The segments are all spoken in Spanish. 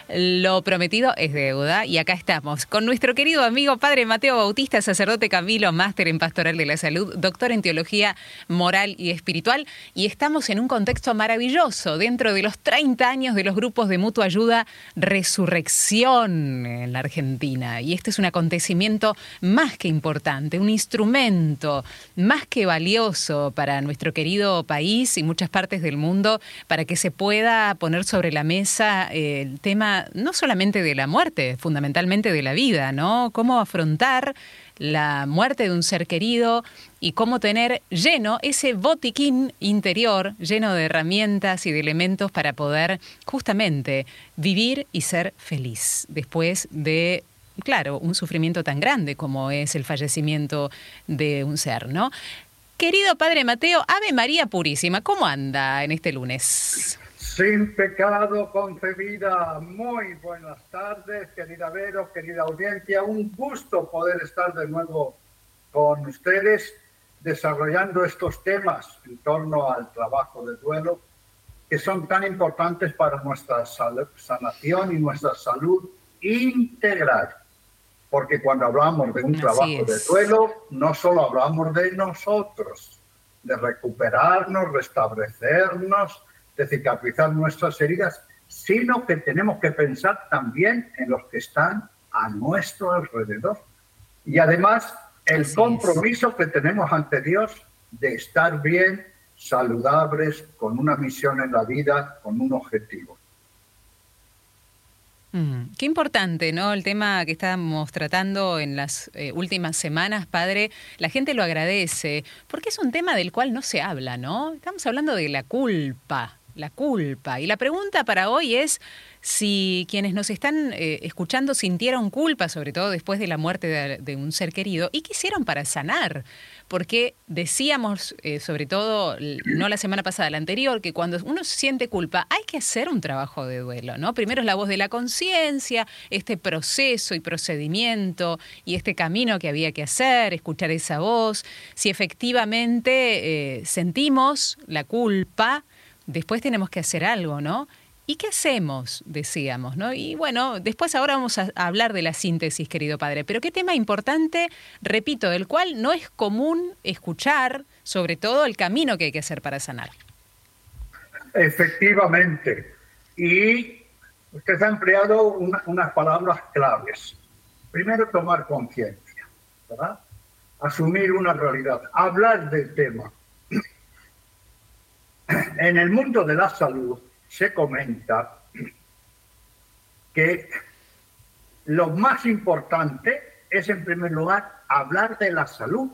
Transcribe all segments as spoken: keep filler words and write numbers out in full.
Lo prometido es deuda y acá estamos con nuestro querido amigo Padre Mateo Bautista, sacerdote Camilo, máster en Pastoral de la Salud, doctor en Teología Moral y Espiritual, y estamos en un contexto maravilloso dentro de los treinta años de los grupos de mutua ayuda Resurrección en la Argentina. Y este es un acontecimiento más que importante, un instrumento más que valioso para nuestro querido país y muchas partes del mundo, para que se pueda poner sobre la mesa eh, el tema no solamente de la muerte, fundamentalmente de la vida, ¿no? Cómo afrontar la muerte de un ser querido y cómo tener lleno ese botiquín interior, lleno de herramientas y de elementos para poder justamente vivir y ser feliz después de, claro, un sufrimiento tan grande como es el fallecimiento de un ser, ¿no? Querido Padre Mateo, Ave María Purísima, ¿cómo anda en este lunes? Sin pecado concebida. Muy buenas tardes, querida Vero, querida audiencia. Un gusto poder estar de nuevo con ustedes desarrollando estos temas en torno al trabajo de duelo que son tan importantes para nuestra sanación y nuestra salud integral. Porque cuando hablamos de un Así trabajo es. de duelo, no solo hablamos de nosotros, de recuperarnos, restablecernos, de cicatrizar nuestras heridas, sino que tenemos que pensar también en los que están a nuestro alrededor. Y además, el Así compromiso es. que tenemos ante Dios de estar bien, saludables, con una misión en la vida, con un objetivo. Mm, qué importante, ¿no? El tema que estábamos tratando en las eh, últimas semanas, Padre, la gente lo agradece, porque es un tema del cual no se habla, ¿no? Estamos hablando de la culpa, la culpa. Y la pregunta para hoy es si quienes nos están eh, escuchando sintieron culpa, sobre todo después de la muerte de, de un ser querido, y qué hicieron para sanar. Porque decíamos, eh, sobre todo, no la semana pasada, la anterior, que cuando uno siente culpa hay que hacer un trabajo de duelo, ¿no? Primero es la voz de la conciencia, este proceso y procedimiento y este camino que había que hacer, escuchar esa voz. Si efectivamente eh, sentimos la culpa, después tenemos que hacer algo, ¿no? ¿Y qué hacemos? Decíamos, ¿no? Y bueno, después ahora vamos a hablar de la síntesis, querido Padre. Pero qué tema importante, repito, del cual no es común escuchar, sobre todo el camino que hay que hacer para sanar. Efectivamente. Y usted ha empleado una, unas palabras claves. Primero, tomar conciencia, ¿verdad? Asumir una realidad, hablar del tema. En el mundo de la salud se comenta que lo más importante es, en primer lugar, hablar de la salud.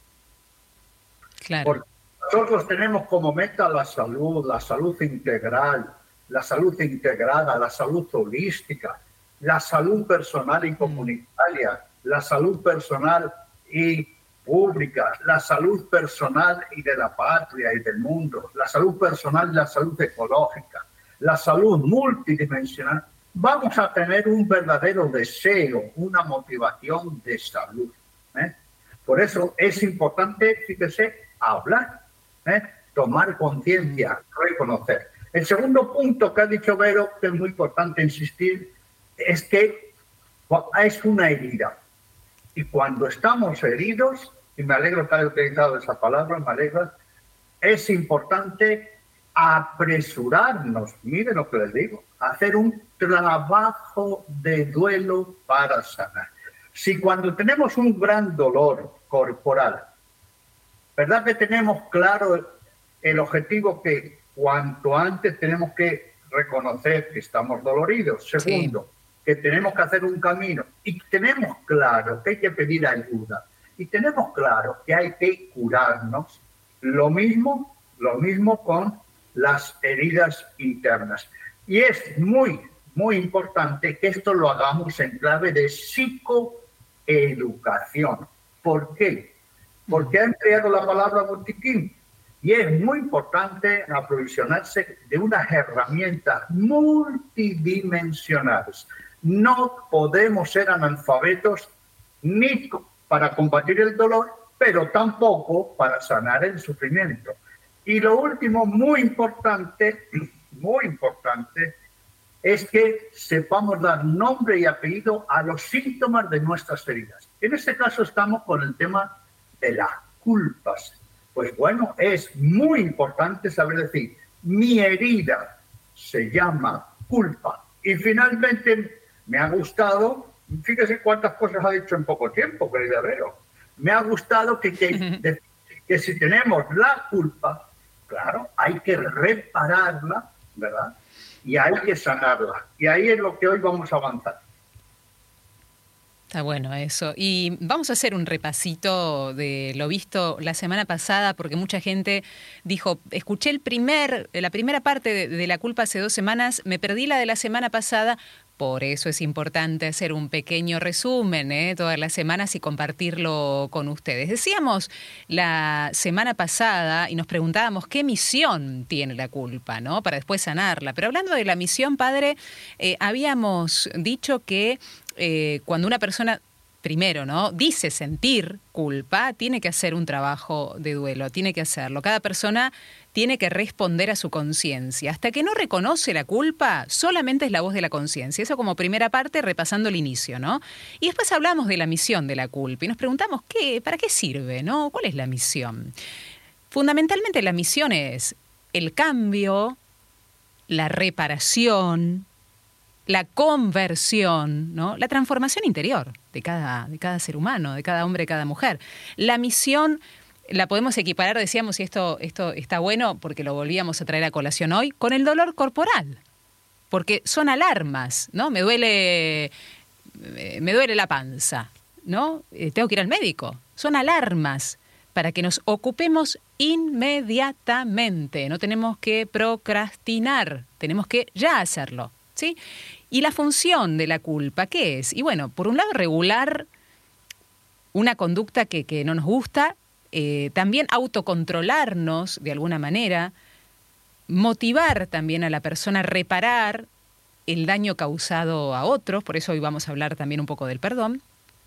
Claro. Porque nosotros tenemos como meta la salud, la salud integral, la salud integrada, la salud holística, la salud personal y comunitaria, mm. la salud personal y pública, la salud personal y de la patria y del mundo, la salud personal y la salud ecológica, la salud multidimensional. Vamos a tener un verdadero deseo, una motivación de salud. ¿eh? Por eso es importante, fíjese, hablar, ¿eh? tomar conciencia, reconocer. El segundo punto que ha dicho Vero, que es muy importante insistir, es que es una herida. Y cuando estamos heridos, y me alegro que haya utilizado esa palabra, me alegra, es importante apresurarnos, miren lo que les digo, hacer un trabajo de duelo para sanar. Si cuando tenemos un gran dolor corporal, ¿verdad que tenemos claro el objetivo que cuanto antes tenemos que reconocer que estamos doloridos? Segundo, sí. que tenemos que hacer un camino y tenemos claro que hay que pedir ayuda y tenemos claro que hay que curarnos. Lo mismo, lo mismo con las heridas internas. Y es muy, muy importante que esto lo hagamos en clave de psicoeducación. ¿Por qué? Porque ha empleado la palabra botiquín. Y es muy importante aprovisionarse de unas herramientas multidimensionales. No podemos ser analfabetos ni para combatir el dolor, pero tampoco para sanar el sufrimiento. Y lo último, muy importante, muy importante, es que sepamos dar nombre y apellido a los síntomas de nuestras heridas. En este caso estamos con el tema de las culpas. Pues bueno, es muy importante saber decir, mi herida se llama culpa. Y finalmente me ha gustado, fíjese cuántas cosas ha dicho en poco tiempo, querida Vero. Me ha gustado que, que, de, que si tenemos la culpa, claro, hay que repararla, ¿verdad? Y hay que sanarla. Y ahí es lo que hoy vamos a avanzar. Está bueno eso. Y vamos a hacer un repasito de lo visto la semana pasada, porque mucha gente dijo, escuché el primer, la primera parte de, de la culpa hace dos semanas, me perdí la de la semana pasada. Por eso es importante hacer un pequeño resumen, ¿eh? todas las semanas y compartirlo con ustedes. Decíamos la semana pasada y nos preguntábamos qué misión tiene la culpa, ¿no? Para después sanarla. Pero hablando de la misión, padre, eh, habíamos dicho que eh, cuando una persona, primero, ¿no? dice sentir culpa, tiene que hacer un trabajo de duelo, tiene que hacerlo. Cada persona tiene que responder a su conciencia. Hasta que no reconoce la culpa, solamente es la voz de la conciencia. Eso como primera parte, repasando el inicio, ¿no? Y después hablamos de la misión de la culpa y nos preguntamos, ¿qué, ¿para qué sirve, no? ¿Cuál es la misión? Fundamentalmente la misión es el cambio, la reparación, la conversión, ¿no? La transformación interior de cada, de cada ser humano, de cada hombre, de cada mujer. La misión la podemos equiparar, decíamos, y esto, esto está bueno porque lo volvíamos a traer a colación hoy, con el dolor corporal. Porque son alarmas, ¿no? Me duele, me duele la panza, ¿no? Eh, tengo que ir al médico. Son alarmas para que nos ocupemos inmediatamente. No tenemos que procrastinar, tenemos que ya hacerlo, ¿sí? Y la función de la culpa, ¿qué es? Y bueno, por un lado, regular una conducta que, que no nos gusta, eh, también autocontrolarnos de alguna manera, motivar también a la persona a reparar el daño causado a otros, por eso hoy vamos a hablar también un poco del perdón,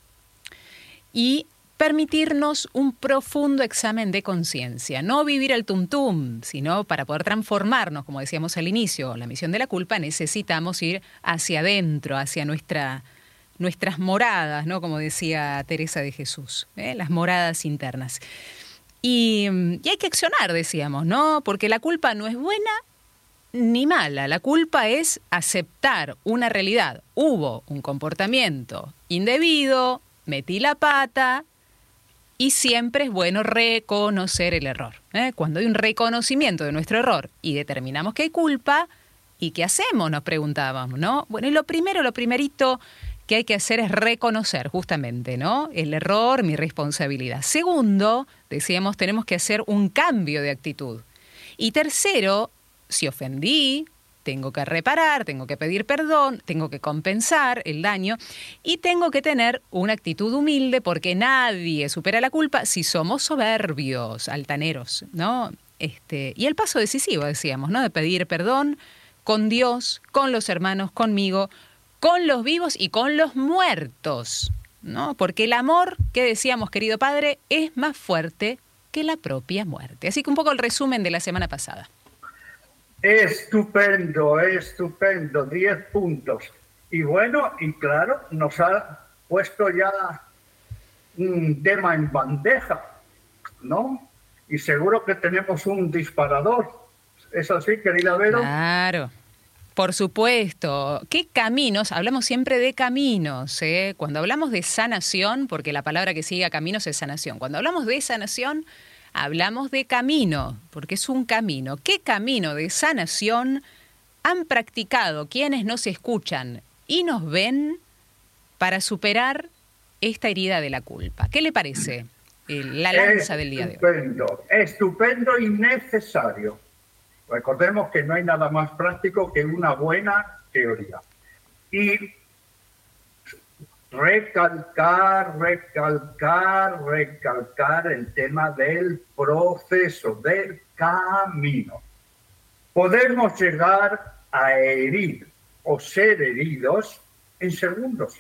y permitirnos un profundo examen de conciencia, no vivir al tum-tum, sino para poder transformarnos, como decíamos al inicio, la misión de la culpa, necesitamos ir hacia adentro, hacia nuestra, nuestras moradas, ¿no? Como decía Teresa de Jesús, ¿eh? Las moradas internas. Y, y hay que accionar, decíamos, ¿no? Porque la culpa no es buena ni mala, la culpa es aceptar una realidad. Hubo un comportamiento indebido, metí la pata, y siempre es bueno reconocer el error, ¿eh? Cuando hay un reconocimiento de nuestro error y determinamos que hay culpa, ¿y qué hacemos? Nos preguntábamos, ¿no? Bueno, y lo primero, lo primerito que hay que hacer es reconocer justamente, ¿no? El error, mi responsabilidad. Segundo, decíamos, tenemos que hacer un cambio de actitud. Y tercero, si ofendí, tengo que reparar, tengo que pedir perdón, tengo que compensar el daño y tengo que tener una actitud humilde porque nadie supera la culpa si somos soberbios, altaneros, ¿no? Este, y el paso decisivo, decíamos, ¿no? De pedir perdón con Dios, con los hermanos, conmigo, con los vivos y con los muertos, ¿no? Porque el amor, que decíamos, querido padre, es más fuerte que la propia muerte. Así que un poco el resumen de la semana pasada. Estupendo, estupendo, diez puntos. Y bueno, y claro, nos ha puesto ya un tema en bandeja, ¿no? Y seguro que tenemos un disparador. ¿Es así, querida Vero? Claro, por supuesto. ¿Qué caminos? Hablamos siempre de caminos, ¿eh? Cuando hablamos de sanación, porque la palabra que sigue a caminos es sanación. Cuando hablamos de sanación, hablamos de camino, porque es un camino. ¿Qué camino de sanación han practicado quienes nos escuchan y nos ven para superar esta herida de la culpa? ¿Qué le parece la lanza del día de hoy? Estupendo, estupendo y necesario. Recordemos que no hay nada más práctico que una buena teoría. Y recalcar, recalcar, recalcar el tema del proceso, del camino. Podemos llegar a herir o ser heridos en segundos.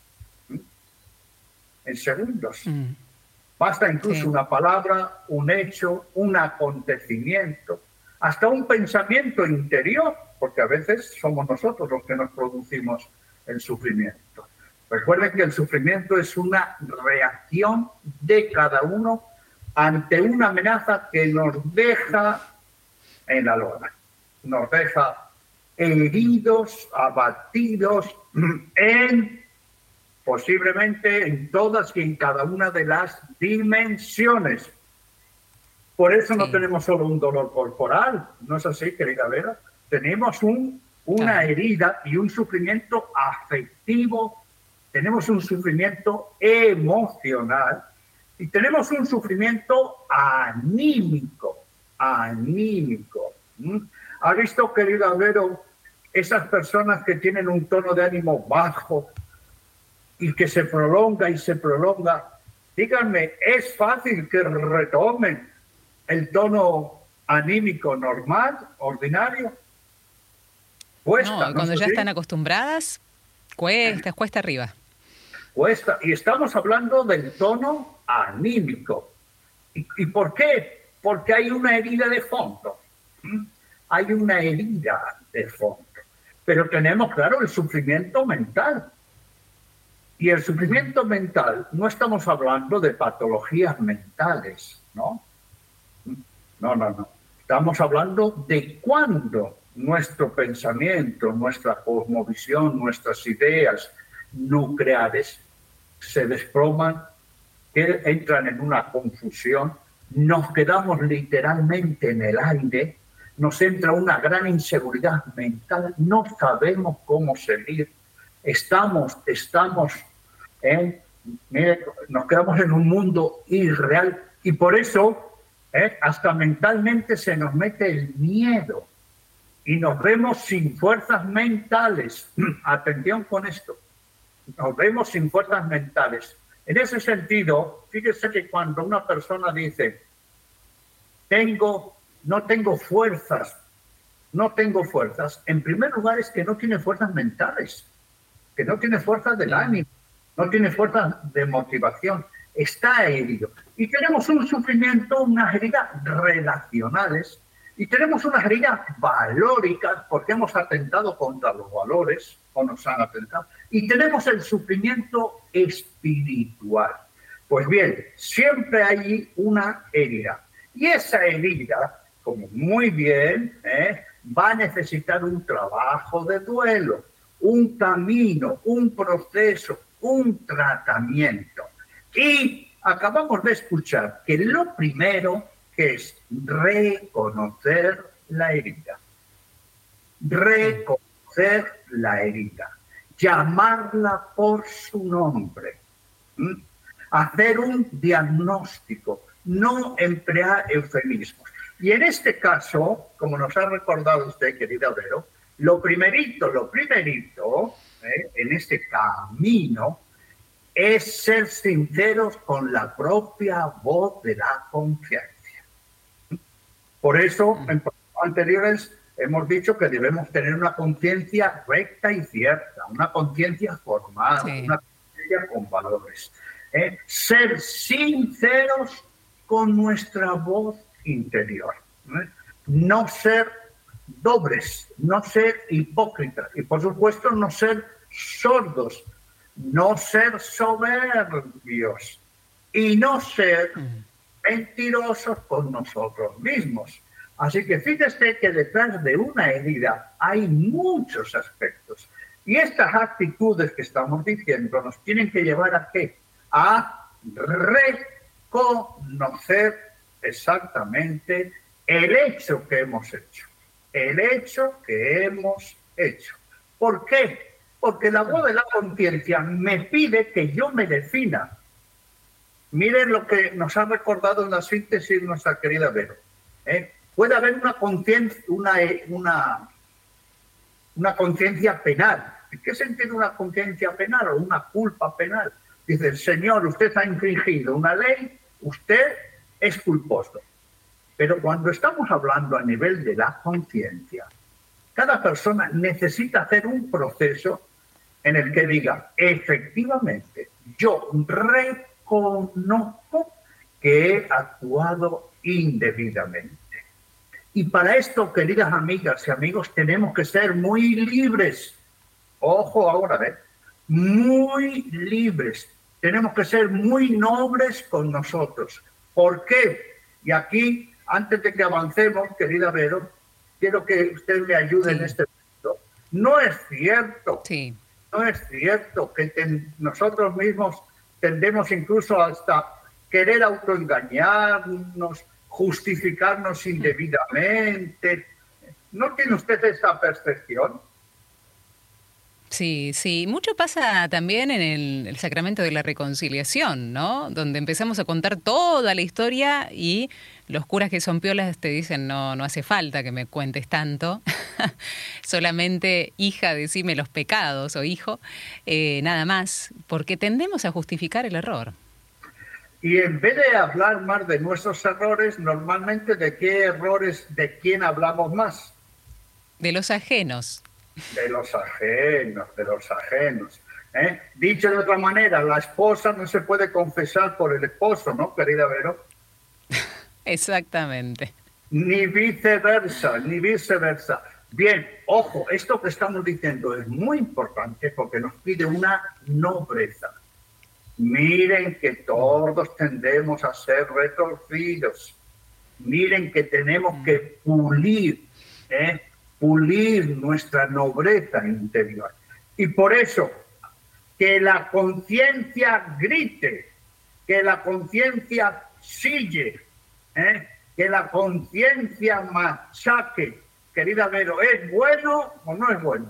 En segundos. Mm. Basta incluso sí. una palabra, un hecho, un acontecimiento, hasta un pensamiento interior, porque a veces somos nosotros los que nos producimos el sufrimiento. Recuerden que el sufrimiento es una reacción de cada uno ante una amenaza que nos deja en la lona, nos deja heridos, abatidos, en posiblemente en todas y en cada una de las dimensiones. Por eso sí. No tenemos solo un dolor corporal, ¿no es así, querida Vera? Tenemos un, una claro. herida y un sufrimiento afectivo, tenemos un sufrimiento emocional y tenemos un sufrimiento anímico, anímico. ¿Mm? ¿Ha visto, querida Vero, esas personas que tienen un tono de ánimo bajo y que se prolonga y se prolonga? Díganme, ¿es fácil que retomen el tono anímico normal, ordinario? Cuesta, no, cuando ¿no ya están acostumbradas, cuesta, cuesta arriba. Cuesta, y estamos hablando del tono anímico. ¿Y, y por qué? Porque hay una herida de fondo. ¿Mm? Hay una herida de fondo. Pero tenemos, claro, el sufrimiento mental. Y el sufrimiento mental, no estamos hablando de patologías mentales, ¿no? No, no, no. Estamos hablando de cuando nuestro pensamiento, nuestra cosmovisión, nuestras ideas nucleares se desploman, que entran en una confusión, nos quedamos literalmente en el aire, nos entra una gran inseguridad mental, no sabemos cómo seguir, estamos, estamos, en, mire, nos quedamos en un mundo irreal y por eso eh, hasta mentalmente se nos mete el miedo y nos vemos sin fuerzas mentales. Atención con esto, nos vemos sin fuerzas mentales. En ese sentido, fíjese que cuando una persona dice, tengo, no tengo fuerzas, no tengo fuerzas, en primer lugar es que no tiene fuerzas mentales, que no tiene fuerzas del ánimo, no tiene fuerzas de motivación, está herido. Y tenemos un sufrimiento, unas heridas relacionales, y tenemos unas heridas valóricas, porque hemos atentado contra los valores, o nos han atentado, y tenemos el sufrimiento espiritual. Pues bien, siempre hay una herida. Y esa herida, como muy bien, ¿eh? va a necesitar un trabajo de duelo, un camino, un proceso, un tratamiento. Y acabamos de escuchar que lo primero que es reconocer la herida. Reconocer la herida. Llamarla por su nombre. ¿Mm? Hacer un diagnóstico. No emplear eufemismos. Y en este caso, como nos ha recordado usted, querida Vero, lo primerito, lo primerito, ¿eh? en este camino, es ser sinceros con la propia voz de la conciencia. Por eso, en programas anteriores hemos dicho que debemos tener una conciencia recta y cierta, una conciencia formada, sí. una conciencia con valores. ¿eh? Ser sinceros con nuestra voz interior. ¿eh? No ser dobles, no ser hipócritas y, por supuesto, no ser sordos, no ser soberbios y no ser mentirosos con nosotros mismos. Así que fíjese que detrás de una herida hay muchos aspectos. Y estas actitudes que estamos diciendo nos tienen que llevar a ¿qué? A reconocer exactamente el hecho que hemos hecho. El hecho que hemos hecho. ¿Por qué? Porque la voz de la conciencia me pide que yo me defina. Miren lo que nos ha recordado en la síntesis nuestra querida Vero. ¿eh? Puede haber una conciencia, una, una, una conciencia penal. ¿En qué sentido una conciencia penal o una culpa penal? Dice, señor, usted ha infringido una ley, usted es culposo. Pero cuando estamos hablando a nivel de la conciencia, cada persona necesita hacer un proceso en el que diga, efectivamente, yo reconozco que he actuado indebidamente. Y para esto, queridas amigas y amigos, tenemos que ser muy libres. Ojo ahora, ¿eh? Muy libres. Tenemos que ser muy nobles con nosotros. ¿Por qué? Y aquí, antes de que avancemos, querida Vero, quiero que usted me ayude sí. en este punto. No es cierto, sí. no es cierto que ten, nosotros mismos tendemos incluso hasta querer autoengañarnos, justificarnos indebidamente. ¿No tiene usted esa percepción? Sí, sí. Mucho pasa también en el, el sacramento de la reconciliación, ¿no? Donde empezamos a contar toda la historia y los curas que son piolas te dicen, no, no hace falta que me cuentes tanto. Solamente, hija, decime los pecados, o hijo, eh, nada más, porque tendemos a justificar el error. Y en vez de hablar más de nuestros errores, normalmente, ¿de qué errores, de quién hablamos más? De los ajenos. De los ajenos, de los ajenos. ¿eh? Dicho de otra manera, la esposa no se puede confesar por el esposo, ¿no, querida Vero? Exactamente. Ni viceversa, ni viceversa. Bien, ojo, esto que estamos diciendo es muy importante porque nos pide una nobleza. Miren que todos tendemos a ser retorcidos. Miren que tenemos que pulir, ¿eh? pulir nuestra nobleza interior. Y por eso, que la conciencia grite, que la conciencia sille, ¿eh? que la conciencia machaque. Querida Vero, ¿es bueno o no es bueno?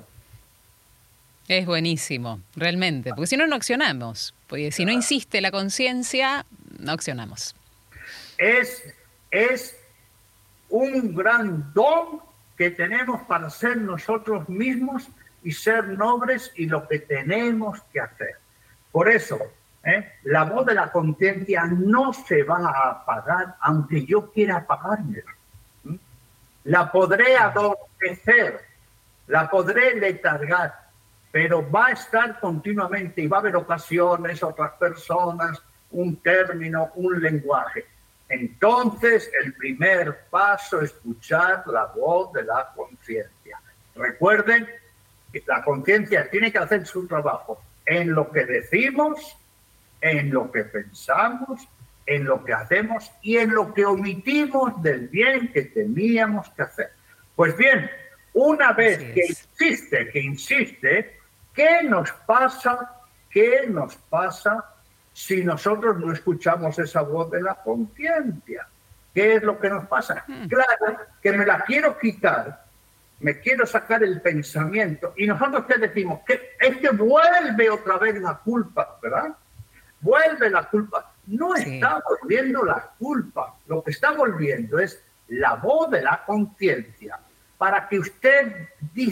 Es buenísimo, realmente, porque si no, no accionamos. Porque si no insiste la conciencia, no accionamos. Es, es un gran don que tenemos para ser nosotros mismos y ser nobles y lo que tenemos que hacer. Por eso, ¿eh? la voz de la conciencia no se va a apagar aunque yo quiera apagármela. ¿Mm? La podré adormecer, la podré letargar, pero va a estar continuamente y va a haber ocasiones, otras personas, un término, un lenguaje. Entonces, el primer paso es escuchar la voz de la conciencia. Recuerden que la conciencia tiene que hacer su trabajo en lo que decimos, en lo que pensamos, en lo que hacemos y en lo que omitimos del bien que teníamos que hacer. Pues bien, una vez que insiste, que insiste, ¿qué nos pasa? ¿Qué nos pasa si nosotros no escuchamos esa voz de la conciencia? ¿Qué es lo que nos pasa? Hmm. Claro, que me la quiero quitar, me quiero sacar el pensamiento, y nosotros ¿qué decimos? Que es que vuelve otra vez la culpa, ¿verdad? Vuelve la culpa. No sí. está volviendo la culpa, lo que está volviendo es la voz de la conciencia, para que usted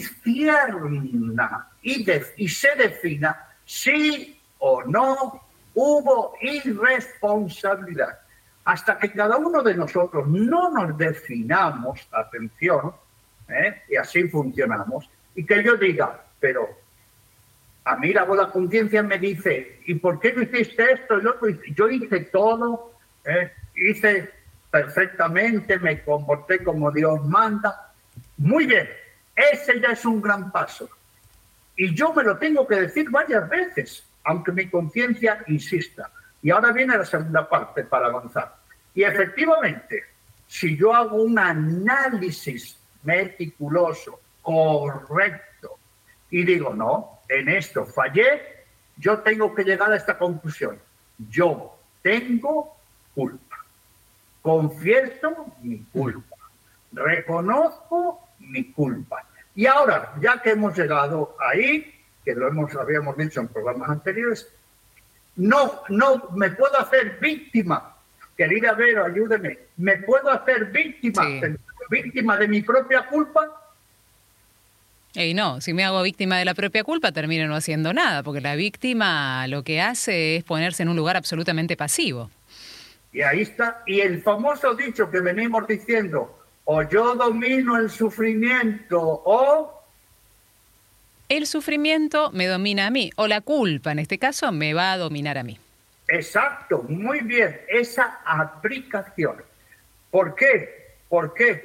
discierna y, de, y se defina si o no hubo irresponsabilidad. Hasta que cada uno de nosotros no nos definamos, atención, ¿eh? y así funcionamos, y que yo diga, pero a mí la voz de la conciencia me dice, ¿y por qué no hiciste esto? Yo, yo hice todo, ¿eh? hice perfectamente, me comporté como Dios manda. Muy bien, ese ya es un gran paso. Y yo me lo tengo que decir varias veces, aunque mi conciencia insista. Y ahora viene la segunda parte para avanzar. Y efectivamente, si yo hago un análisis meticuloso, correcto, y digo, no, en esto fallé, yo tengo que llegar a esta conclusión. Yo tengo culpa. Confieso mi culpa. Reconozco mi culpa. Y ahora, ya que hemos llegado ahí, que lo hemos, habíamos dicho en programas anteriores, no, no me puedo hacer víctima. Querida Vero, ayúdeme. ¿Me puedo hacer víctima? Sí. ¿Víctima de mi propia culpa? Y no, si me hago víctima de la propia culpa, termino no haciendo nada, porque la víctima lo que hace es ponerse en un lugar absolutamente pasivo. Y ahí está. Y el famoso dicho que venimos diciendo, o yo domino el sufrimiento, o... El sufrimiento me domina a mí, o la culpa, en este caso, me va a dominar a mí. Exacto, muy bien, esa aplicación. ¿Por qué? ¿Por qué?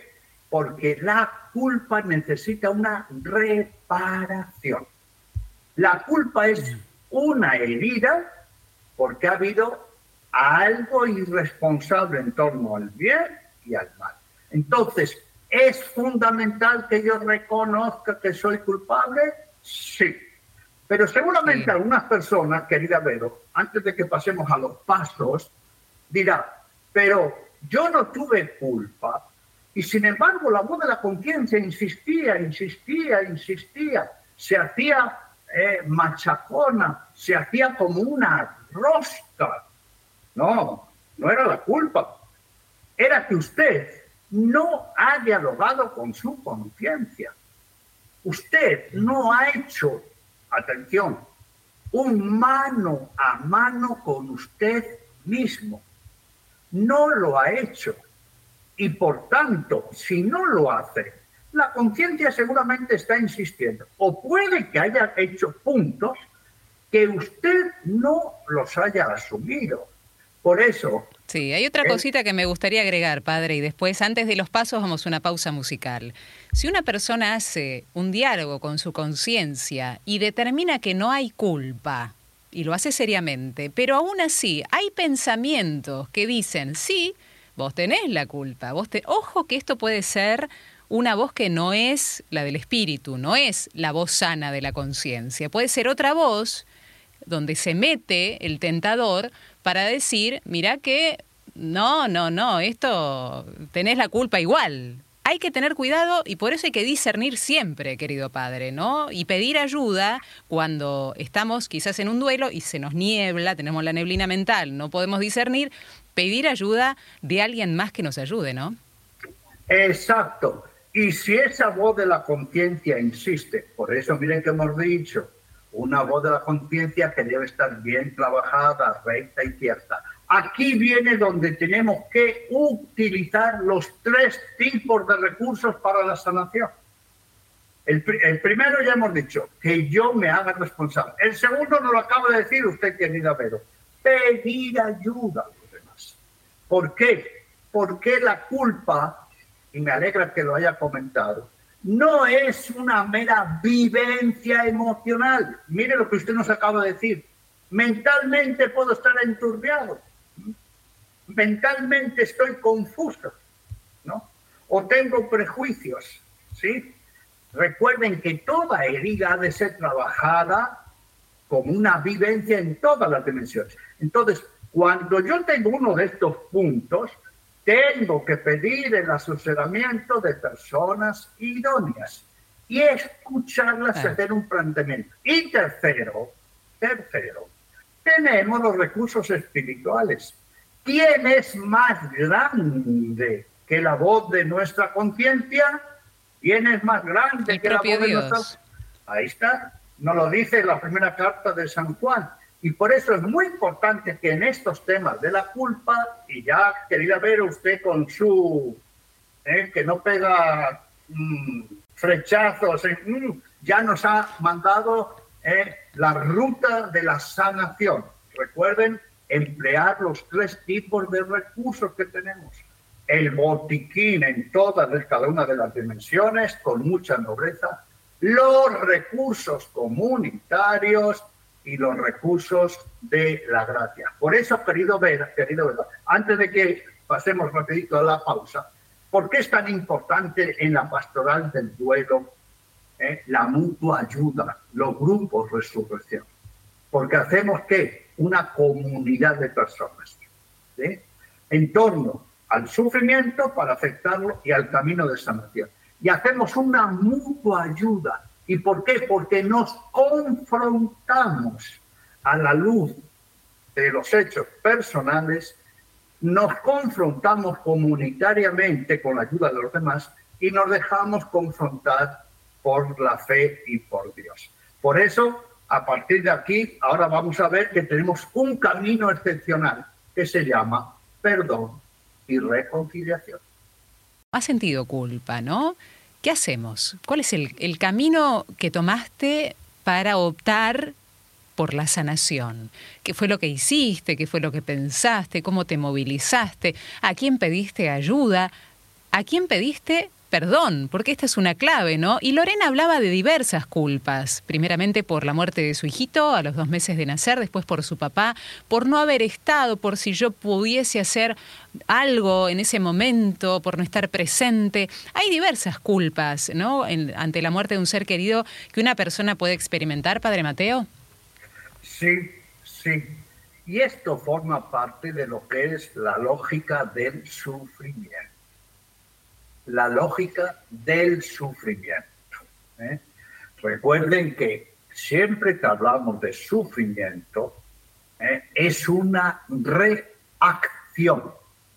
porque la culpa necesita una reparación. La culpa es una herida porque ha habido algo irresponsable en torno al bien y al mal. Entonces, ¿es fundamental que yo reconozca que soy culpable? Sí. Pero seguramente sí. Algunas personas, querida Vero, antes de que pasemos a los pasos, dirán, pero yo no tuve culpa. Y sin embargo, la voz de la conciencia insistía, insistía, insistía. Se hacía eh, machacona, se hacía como una rosca. No, no era la culpa. Era que usted no ha dialogado con su conciencia. Usted no ha hecho, atención, un mano a mano con usted mismo. No lo ha hecho. Y por tanto, si no lo hace, la conciencia seguramente está insistiendo. O puede que haya hecho puntos que usted no los haya asumido. Por eso... Sí, hay otra cosita que me gustaría agregar, padre, y después, antes de los pasos, vamos a una pausa musical. Si una persona hace un diálogo con su conciencia y determina que no hay culpa, y lo hace seriamente, pero aún así hay pensamientos que dicen, sí, vos tenés la culpa, vos te... ojo que esto puede ser una voz que no es la del espíritu, no es la voz sana de la conciencia, puede ser otra voz donde se mete el tentador para decir, mirá que no, no, no, esto tenés la culpa igual. Hay que tener cuidado y por eso hay que discernir siempre, querido padre, ¿no? Y pedir ayuda cuando estamos quizás en un duelo y se nos niebla, tenemos la neblina mental, no podemos discernir, pedir ayuda de alguien más que nos ayude, ¿no? Exacto. Y si esa voz de la conciencia insiste, por eso miren que hemos dicho, una voz de la conciencia que debe estar bien trabajada, recta y cierta. Aquí viene donde tenemos que utilizar los tres tipos de recursos para la sanación. El, el primero ya hemos dicho, que yo me haga responsable. El segundo nos lo acaba de decir usted, querida Vero, pedir ayuda a los demás. ¿Por qué? Porque la culpa, y me alegra que lo haya comentado, no es una mera vivencia emocional. Mire lo que usted nos acaba de decir. Mentalmente puedo estar enturbiado. Mentalmente estoy confuso, ¿no? O tengo prejuicios, ¿sí? Recuerden que toda herida ha de ser trabajada como una vivencia en todas las dimensiones. Entonces, cuando yo tengo uno de estos puntos, tengo que pedir el asesoramiento de personas idóneas y escucharlas y hacer un planteamiento. Y tercero, tercero, tenemos los recursos espirituales. ¿Quién es más grande que la voz de nuestra conciencia? ¿Quién es más grande el que la voz Dios. de nuestra? Ahí está, nos lo dice la primera carta de San Juan. Y por eso es muy importante que en estos temas de la culpa, y ya, querida Vero, usted con su, eh, que no pega mmm, flechazos, eh, mmm, ya nos ha mandado eh, la ruta de la sanación. Recuerden emplear los tres tipos de recursos que tenemos. El botiquín en todas y cada una de las dimensiones, con mucha nobleza. Los recursos comunitarios y los recursos de la gracia. Por eso, querido Vera, querido Vera, antes de que pasemos rapidito a la pausa, ¿por qué es tan importante en la pastoral del duelo eh, la mutua ayuda, los grupos resurrección? Porque hacemos, ¿qué? Una comunidad de personas, ¿sí? En torno al sufrimiento para aceptarlo y al camino de sanación. Y hacemos una mutua ayuda. ¿Y por qué? Porque nos confrontamos a la luz de los hechos personales, nos confrontamos comunitariamente con la ayuda de los demás y nos dejamos confrontar por la fe y por Dios. Por eso, a partir de aquí, ahora vamos a ver que tenemos un camino excepcional que se llama perdón y reconciliación. Has sentido culpa, ¿no? ¿Qué hacemos? ¿Cuál es el, el camino que tomaste para optar por la sanación? ¿Qué fue lo que hiciste? ¿Qué fue lo que pensaste? ¿Cómo te movilizaste? ¿A quién pediste ayuda? ¿A quién pediste perdón, porque esta es una clave, ¿no? Y Lorena hablaba de diversas culpas, primeramente por la muerte de su hijito a los dos meses de nacer, después por su papá, por no haber estado, por si yo pudiese hacer algo en ese momento, por no estar presente. Hay diversas culpas, ¿no?, en, ante la muerte de un ser querido que una persona puede experimentar, Padre Mateo. Sí, sí. Y esto forma parte de lo que es la lógica del sufrimiento. La lógica del sufrimiento. ¿eh? Recuerden que siempre que hablamos de sufrimiento, ¿eh? es una reacción.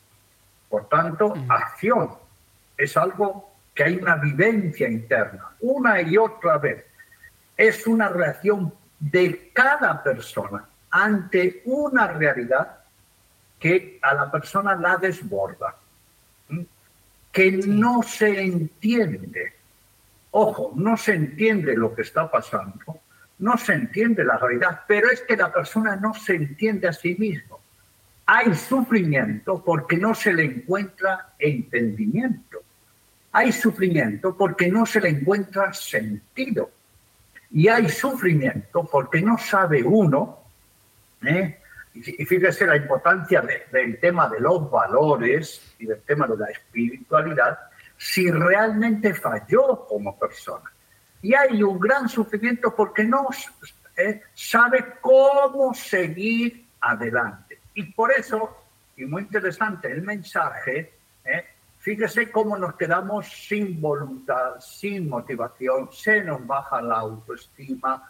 Por tanto, mm. acción es algo que hay una vivencia interna, una y otra vez. Es una reacción de cada persona ante una realidad que a la persona la desborda. ¿Mm? que no se entiende. Ojo, no se entiende lo que está pasando, no se entiende la realidad, pero es que la persona no se entiende a sí mismo. Hay sufrimiento porque no se le encuentra entendimiento. Hay sufrimiento porque no se le encuentra sentido. Y hay sufrimiento porque no sabe uno, ¿eh? Y fíjese la importancia de, del tema de los valores y del tema de la espiritualidad, si realmente falló como persona. Y hay un gran sufrimiento porque no eh, sabe cómo seguir adelante. Y por eso, y muy interesante el mensaje, eh, fíjese cómo nos quedamos sin voluntad, sin motivación, se nos baja la autoestima,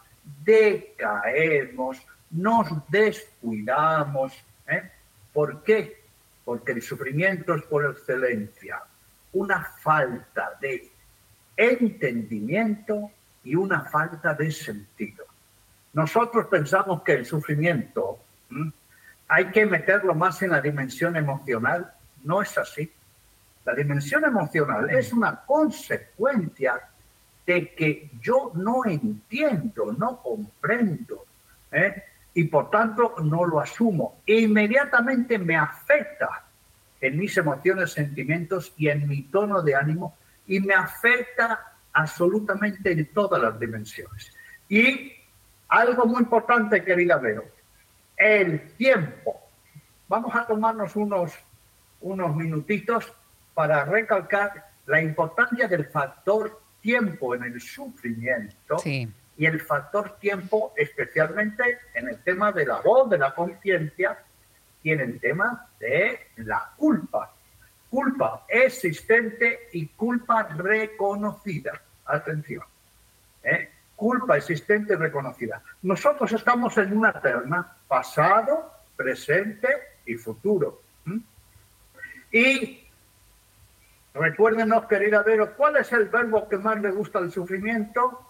decaemos, nos descuidamos. ¿eh? ¿Por qué? Porque el sufrimiento es por excelencia una falta de entendimiento y una falta de sentido. Nosotros pensamos que el sufrimiento ¿m? hay que meterlo más en la dimensión emocional. No es así. La dimensión emocional es una consecuencia de que yo no entiendo, no comprendo, ¿eh? y por tanto no lo asumo. E inmediatamente me afecta en mis emociones, sentimientos y en mi tono de ánimo, y me afecta absolutamente en todas las dimensiones. Y algo muy importante, querida Vero, el tiempo. Vamos a tomarnos unos, unos minutitos para recalcar la importancia del factor tiempo en el sufrimiento. Sí. Y el factor tiempo, especialmente en el tema de la voz, de la conciencia, y en el tema de la culpa. Culpa existente y culpa reconocida. Atención. ¿eh? Culpa existente y reconocida. Nosotros estamos en una terna, pasado, presente y futuro. ¿Mm? Y recuérdenos, querida Vero, ¿cuál es el verbo que más le gusta al sufrimiento?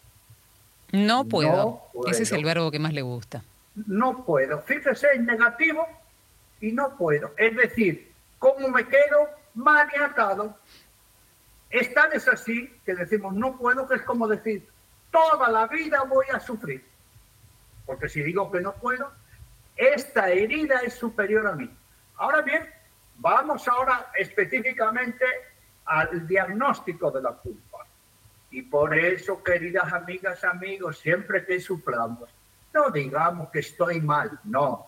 No puedo. no puedo. Ese es el verbo que más le gusta. No puedo. Fíjese en negativo y no puedo. Es decir, ¿cómo me quedo? Maniatado. Es tan es así que decimos no puedo, que es como decir toda la vida voy a sufrir. Porque si digo que no puedo, esta herida es superior a mí. Ahora bien, vamos ahora específicamente al diagnóstico de la culpa. Y por eso, queridas amigas, amigos, siempre que suframos, no digamos que estoy mal, no.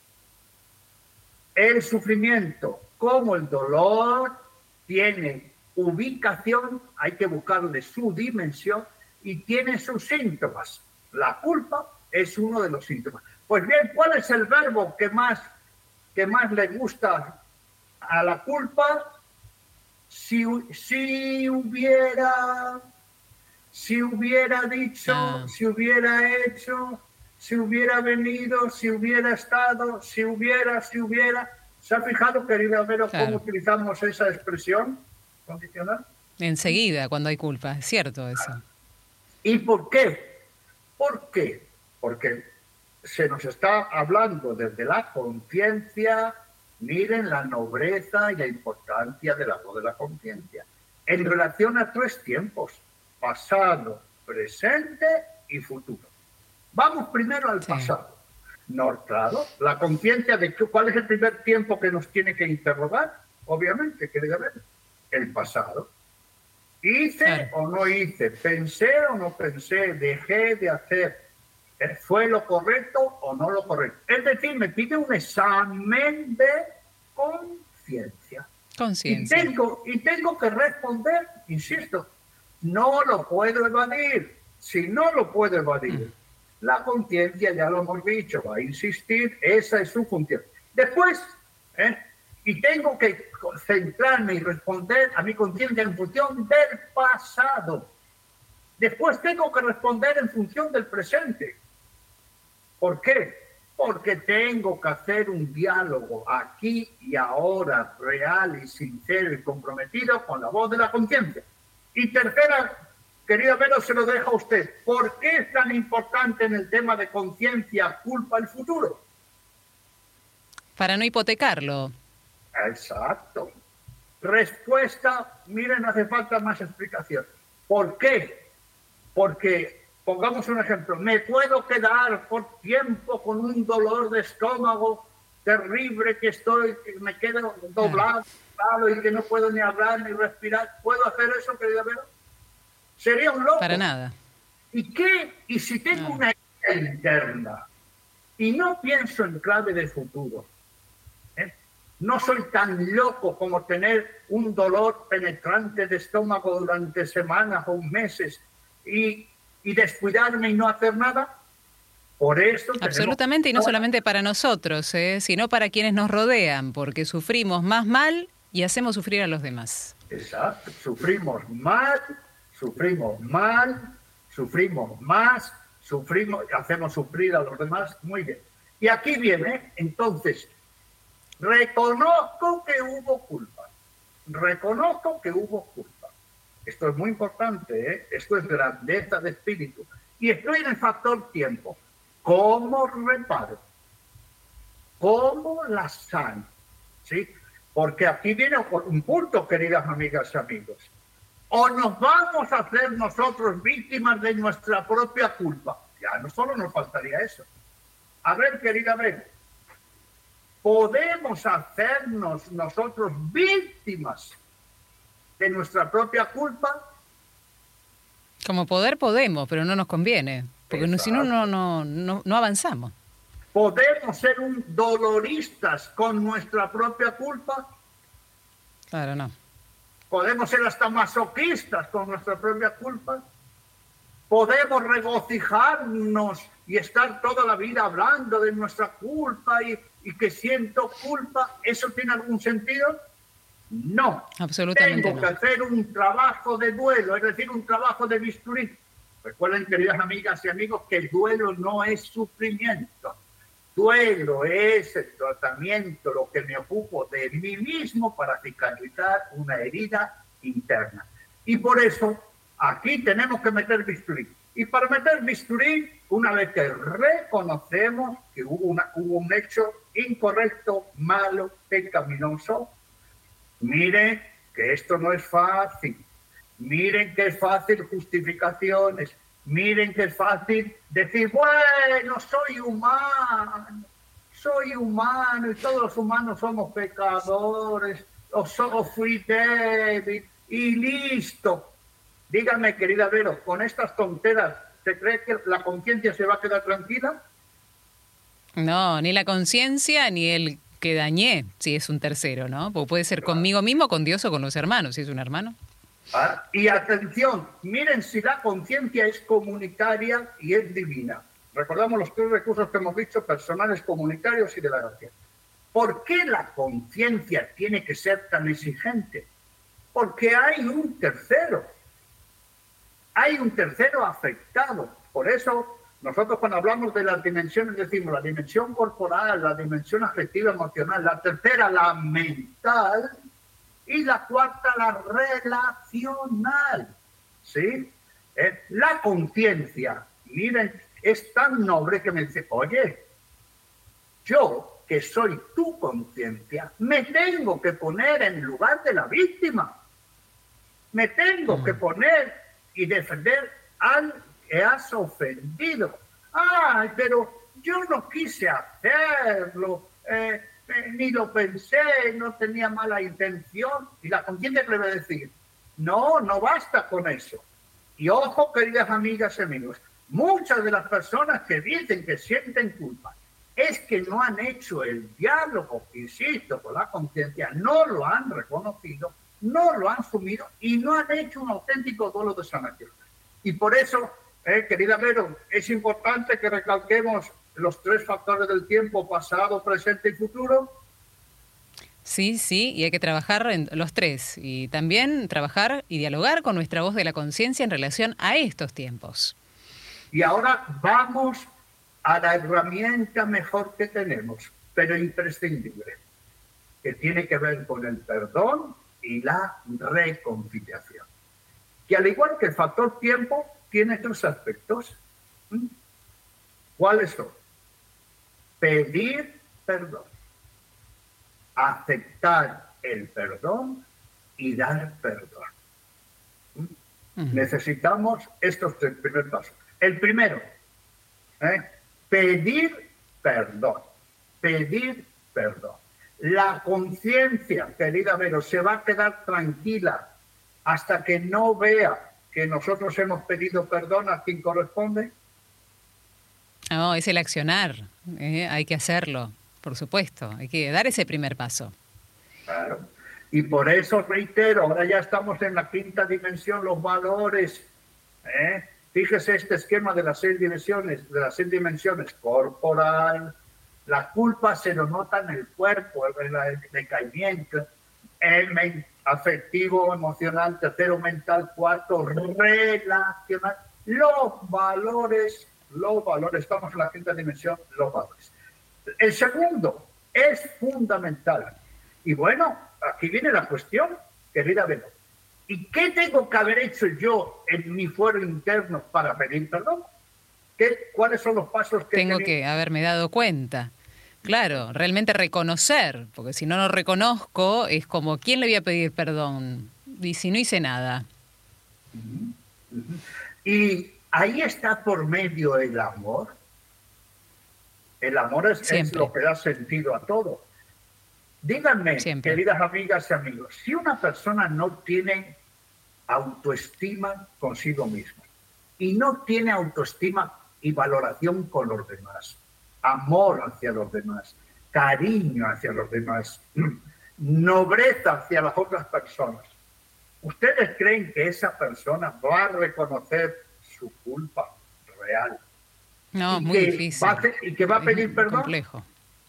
El sufrimiento, como el dolor, tiene ubicación, hay que buscarle su dimensión y tiene sus síntomas. La culpa es uno de los síntomas. Pues bien, ¿cuál es el verbo que más, que más le gusta a la culpa? Si, si hubiera... Si hubiera dicho, ah. si hubiera hecho, si hubiera venido, si hubiera estado, si hubiera, si hubiera. ¿Se ha fijado, querida Vero, claro. cómo utilizamos esa expresión condicional? Enseguida, cuando hay culpa, es cierto eso. ¿Y por qué? ¿Por qué? Porque se nos está hablando desde la conciencia. Miren la nobleza y la importancia de la voz de la conciencia. En relación a tres tiempos. Pasado, presente y futuro. Vamos primero al sí. pasado. Nortrado, la conciencia de que, cuál es el primer tiempo que nos tiene que interrogar, obviamente, que debe haber el pasado. ¿Hice claro. o no hice? ¿Pensé o no pensé? ¿Dejé de hacer? ¿Fue lo correcto o no lo correcto? Es decir, me pide un examen de conciencia. Conciencia. Y tengo, y tengo que responder, insisto, no lo puedo evadir. Si no lo puedo evadir, mm. la conciencia, ya lo hemos dicho, va a insistir, esa es su función. Después, ¿eh? y tengo que centrarme y responder a mi conciencia en función del pasado. Después tengo que responder en función del presente. ¿Por qué? Porque tengo que hacer un diálogo aquí y ahora, real y sincero y comprometido con la voz de la conciencia. Y tercera, querida Vero, se lo dejo a usted. ¿Por qué es tan importante en el tema de conciencia, culpa, el futuro? Para no hipotecarlo. Exacto. Respuesta, miren, no hace falta más explicación. ¿Por qué? Porque, pongamos un ejemplo, me puedo quedar por tiempo con un dolor de estómago terrible que estoy, que me quedo doblado claro. y que no puedo ni hablar ni respirar. ¿Puedo hacer eso, querida Vero? Sería un loco. Para nada. ¿Y qué? Y si tengo no. una idea interna y no pienso en clave de futuro, ¿eh? No soy tan loco como tener un dolor penetrante de estómago durante semanas o meses y, y descuidarme y no hacer nada. Por eso absolutamente, tenemos... y no solamente para nosotros, ¿eh? sino para quienes nos rodean, porque sufrimos más mal y hacemos sufrir a los demás. Exacto, sufrimos mal, sufrimos mal, sufrimos más, sufrimos, hacemos sufrir a los demás, muy bien. Y aquí viene, entonces, reconozco que hubo culpa, reconozco que hubo culpa. Esto es muy importante, ¿eh? Esto es grandeza de espíritu. Y estoy en el factor tiempo. ¿Cómo reparo? ¿Cómo la sano? ¿Sí? Porque aquí viene un punto, queridas amigas y amigos. O nos vamos a hacer nosotros víctimas de nuestra propia culpa. Ya no solo nos faltaría eso. A ver, querida Ben, ¿podemos hacernos nosotros víctimas de nuestra propia culpa? Como poder podemos, pero no nos conviene. Porque no, si no, no, no, no, no avanzamos. ¿Podemos ser un doloristas con nuestra propia culpa? Claro, no. ¿Podemos ser hasta masoquistas con nuestra propia culpa? ¿Podemos regocijarnos y estar toda la vida hablando de nuestra culpa y, y que siento culpa? ¿Eso tiene algún sentido? No. Absolutamente Tengo no. que hacer un trabajo de duelo, es decir, un trabajo de bisturí. Recuerden, queridas amigas y amigos, que el duelo no es sufrimiento. Duelo es el tratamiento, lo que me ocupo de mí mismo para cicatrizar una herida interna. Y por eso aquí tenemos que meter bisturí. Y para meter bisturí, una vez que reconocemos que hubo, una, hubo un hecho incorrecto, malo, pecaminoso, miren que esto no es fácil. Miren que es fácil justificaciones. Miren que es fácil decir, bueno, soy humano, soy humano y todos los humanos somos pecadores, o, so, o fui débil y listo. Dígame, querida Vero, con estas tonteras, ¿se cree que la conciencia se va a quedar tranquila? No, ni la conciencia ni el que dañé, si es un tercero, ¿no? Porque puede ser claro. conmigo mismo, con Dios o con los hermanos, si es un hermano. ¿Ah? Y atención, miren si la conciencia es comunitaria y es divina. Recordamos los tres recursos que hemos dicho, personales, comunitarios y de la gracia. ¿Por qué la conciencia tiene que ser tan exigente? Porque hay un tercero. Hay un tercero afectado. Por eso nosotros cuando hablamos de las dimensiones decimos la dimensión corporal, la dimensión afectiva emocional, la tercera, la mental, y la cuarta, la relacional, ¿sí? Eh, la conciencia, miren, es tan noble que me dice, oye, yo, que soy tu conciencia, me tengo que poner en lugar de la víctima. Me tengo mm. que poner y defender al que has ofendido. Ay, pero yo no quise hacerlo, eh, Eh, ni lo pensé, no tenía mala intención. Y la conciencia que le va a decir, No, no basta con eso. Y ojo, queridas amigas y amigos, muchas de las personas que dicen que sienten culpa es que no han hecho el diálogo, insisto, con la conciencia, no lo han reconocido, no lo han asumido y no han hecho un auténtico duelo de sanación. Y por eso, eh, querida Vero, es importante que recalquemos los tres factores del tiempo, pasado, presente y futuro. Sí, sí, y hay que trabajar en los tres y también trabajar y dialogar con nuestra voz de la conciencia en relación a estos tiempos. Y ahora vamos a la herramienta mejor que tenemos, pero imprescindible, que tiene que ver con el perdón y la reconciliación. Que al igual que el factor tiempo, tiene tres aspectos. ¿Cuáles son? Pedir perdón, aceptar el perdón y dar perdón. ¿Mm? Uh-huh. Necesitamos estos tres primeros pasos. El primero, ¿eh? pedir perdón, pedir perdón. La conciencia, querida Vero, se va a quedar tranquila hasta que no vea que nosotros hemos pedido perdón a quien corresponde. No, es el accionar, ¿eh? Hay que hacerlo, por supuesto, hay que dar ese primer paso. Claro, y por eso reitero, ahora ya estamos en la quinta dimensión, los valores, ¿eh? Fíjese este esquema de las seis dimensiones, de las seis dimensiones, corporal, la culpa se lo nota en el cuerpo, el, el decaimiento, el afectivo, emocional, tercero mental, cuarto relacional, los valores, los valores, estamos en la quinta dimensión, los valores. El segundo es fundamental. Y bueno, aquí viene la cuestión, querida Vero. ¿Y qué tengo que haber hecho yo en mi fuero interno para pedir perdón? ¿Qué, ¿Cuáles son los pasos que tengo tenía? que haberme dado cuenta? Claro, realmente reconocer, porque si no lo reconozco, es como, ¿quién le voy a pedir perdón? Y si no hice nada. Uh-huh. Uh-huh. Y ahí está por medio el amor. El amor es, es lo que da sentido a todo. Díganme, Siempre. queridas amigas y amigos, si una persona no tiene autoestima consigo misma y no tiene autoestima y valoración con los demás, amor hacia los demás, cariño hacia los demás, nobleza hacia las otras personas, ¿ustedes creen que esa persona va a reconocer su culpa real? No, muy difícil. Va a hacer, ¿Y que va a pedir es perdón? Complejo.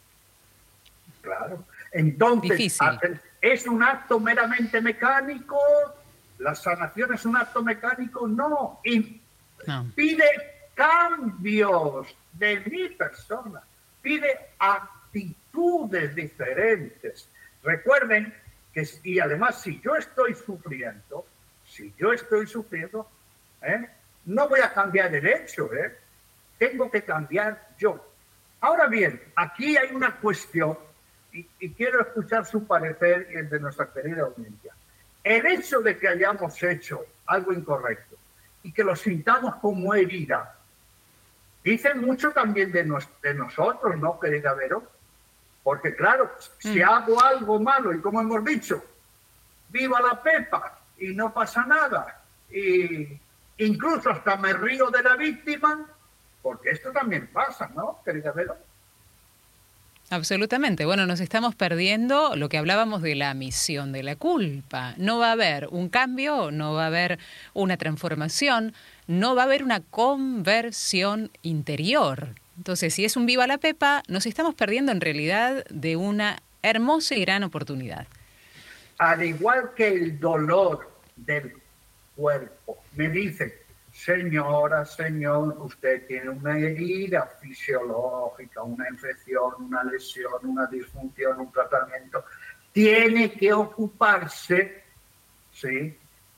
Claro. Entonces, difícil. ¿es un acto meramente mecánico? ¿La sanación es un acto mecánico? No. Y no. Pide cambios de mi persona. Pide actitudes diferentes. Recuerden que, y además, si yo estoy sufriendo, si yo estoy sufriendo, ¿eh? no voy a cambiar el hecho, ¿eh? Tengo que cambiar yo. Ahora bien, aquí hay una cuestión, y, y quiero escuchar su parecer y el de nuestra querida audiencia. El hecho de que hayamos hecho algo incorrecto y que lo sintamos como herida, dice mucho también de, nos, de nosotros, ¿no, querida Vero? Porque claro, mm. si hago algo malo y como hemos dicho, viva la pepa y no pasa nada, y incluso hasta me río de la víctima, porque esto también pasa, ¿no, querida Vero? Absolutamente. Bueno, nos estamos perdiendo lo que hablábamos de la misión de la culpa. No va a haber un cambio, no va a haber una transformación, no va a haber una conversión interior. Entonces, si es un viva la pepa, nos estamos perdiendo en realidad de una hermosa y gran oportunidad. Al igual que el dolor del cuerpo, me dice, señora, señor, usted tiene una herida fisiológica, una infección, una lesión, una disfunción, un tratamiento. Tiene que ocuparse, ¿sí?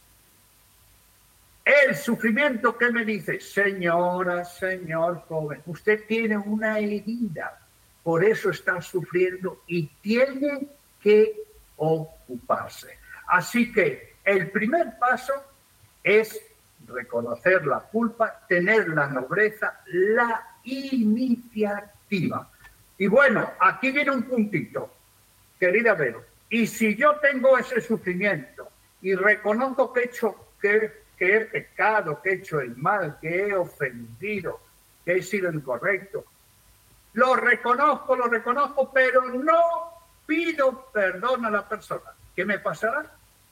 El sufrimiento que me dice, señora, señor joven, usted tiene una herida, por eso está sufriendo y tiene que ocuparse. Así que el primer paso es reconocer la culpa, tener la nobleza, la iniciativa. Y bueno, aquí viene un puntito, querida Vero. Y si yo tengo ese sufrimiento y reconozco que he hecho, que, que he pecado, que he hecho el mal, que he ofendido, que he sido incorrecto. Lo reconozco, lo reconozco, pero no pido perdón a la persona. ¿Qué me pasará?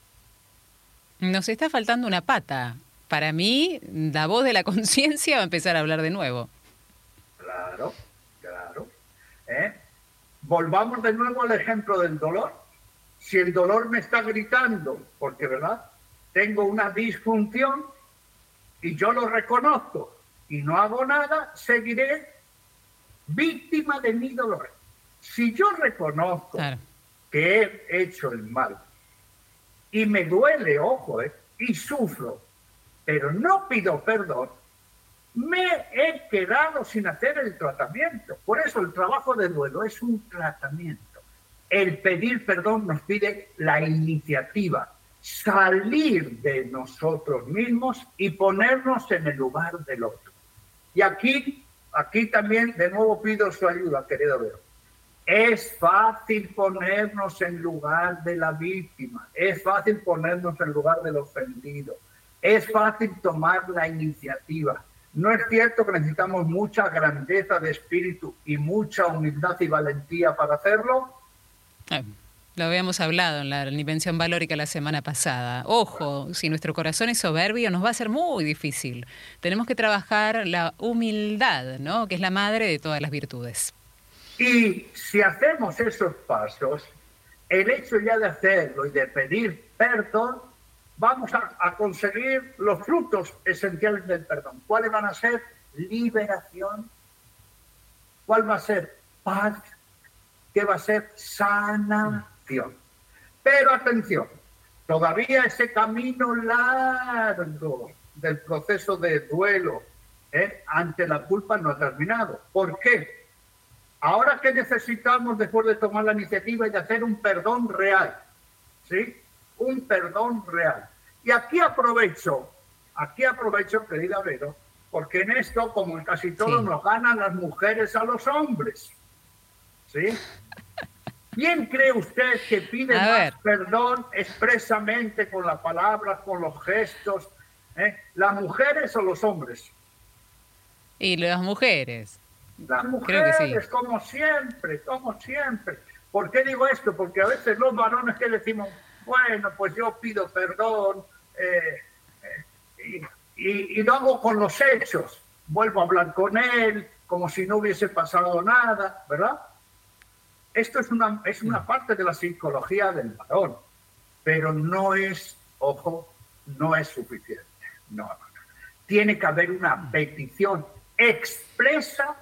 Nos está faltando una pata. Para mí, la voz de la conciencia va a empezar a hablar de nuevo. Claro, claro. ¿Eh? Volvamos de nuevo al ejemplo del dolor. Si el dolor me está gritando, porque, ¿verdad?, tengo una disfunción y yo lo reconozco y no hago nada, seguiré víctima de mi dolor. Si yo reconozco claro. que he hecho el mal y me duele, ojo, eh, y sufro, pero no pido perdón, me he quedado sin hacer el tratamiento. Por eso el trabajo de duelo es un tratamiento. El pedir perdón nos pide la iniciativa, salir de nosotros mismos y ponernos en el lugar del otro. Y aquí, aquí también de nuevo pido su ayuda, querido Vero. Es fácil ponernos en lugar de la víctima, es fácil ponernos en lugar del ofendido, es fácil tomar la iniciativa. ¿No es cierto que necesitamos mucha grandeza de espíritu y mucha humildad y valentía para hacerlo? Eh, lo habíamos hablado en la dimensión valórica la semana pasada. Ojo, si nuestro corazón es soberbio, nos va a ser muy difícil. Tenemos que trabajar la humildad, ¿no?, que es la madre de todas las virtudes. Y si hacemos esos pasos, el hecho ya de hacerlo y de pedir perdón, vamos a, a conseguir los frutos esenciales del perdón. ¿Cuáles van a ser? Liberación. ¿Cuál va a ser? Paz. ¿Qué va a ser? Sanación. Pero atención, todavía ese camino largo del proceso de duelo ¿eh? ante la culpa no ha terminado. ¿Por qué? Ahora que necesitamos, después de tomar la iniciativa, y de hacer un perdón real, ¿sí? Un perdón real. Y aquí aprovecho, aquí aprovecho, querida Vero, porque en esto, como en casi todo, sí. nos ganan las mujeres a los hombres, ¿sí? ¿Quién cree usted que pide a más ver. perdón expresamente con las palabras, con los gestos? ¿eh? ¿Las mujeres o los hombres? Y las mujeres. Las mujeres, Creo que sí. como siempre, como siempre. ¿Por qué digo esto? Porque a veces los varones que decimos, bueno, pues yo pido perdón eh, eh, y, y, y lo hago con los hechos. Vuelvo a hablar con él como si no hubiese pasado nada, ¿verdad? Esto es una, es una parte de la psicología del varón, pero no es, ojo, no es suficiente. No, no, no. Tiene que haber una petición expresa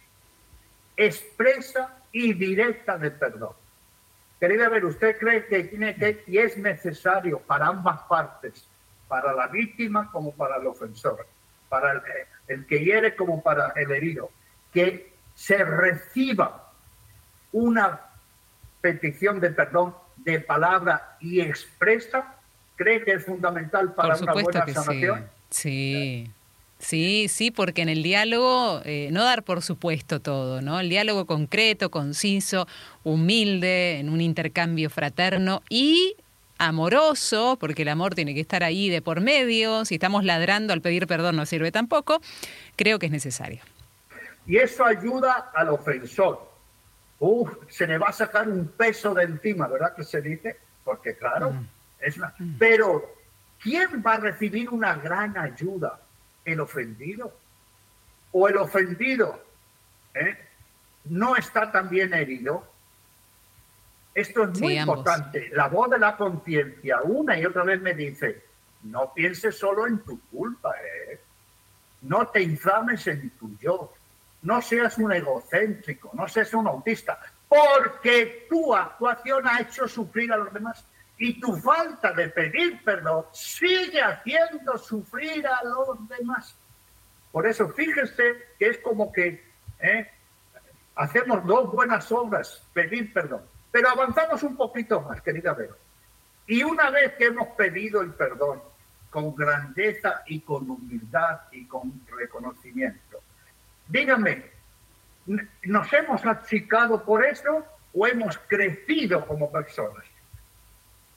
expresa y directa de perdón. Querida ver, ¿usted cree que tiene que y es necesario para ambas partes, para la víctima como para el ofensor, para el, el que hiere como para el herido, que se reciba una petición de perdón de palabra y expresa? ¿Cree que es fundamental para una buena sanación? Sí. sí. Sí, sí, porque en el diálogo, eh, no dar por supuesto todo, ¿no? El diálogo concreto, conciso, humilde, en un intercambio fraterno y amoroso, porque el amor tiene que estar ahí de por medio. Si estamos ladrando al pedir perdón no sirve tampoco. Creo que es necesario. Y eso ayuda al ofensor. Uf, se le va a sacar un peso de encima, ¿verdad que se dice? Porque claro, mm. es una... Mm. Pero, ¿quién va a recibir una gran ayuda? ¿El ofendido? ¿O el ofendido ¿eh? no está también herido? Esto es muy sí, importante. La voz de la conciencia una y otra vez me dice, no pienses solo en tu culpa, ¿eh? No te inflames en tu yo, no seas un egocéntrico, no seas un autista, porque tu actuación ha hecho sufrir a los demás. Y tu falta de pedir perdón sigue haciendo sufrir a los demás. Por eso, fíjese que es como que ¿eh? hacemos dos buenas obras, pedir perdón. Pero avanzamos un poquito más, querida Vero. Y una vez que hemos pedido el perdón, con grandeza y con humildad y con reconocimiento, dígame, ¿nos hemos achicado por eso o hemos crecido como personas?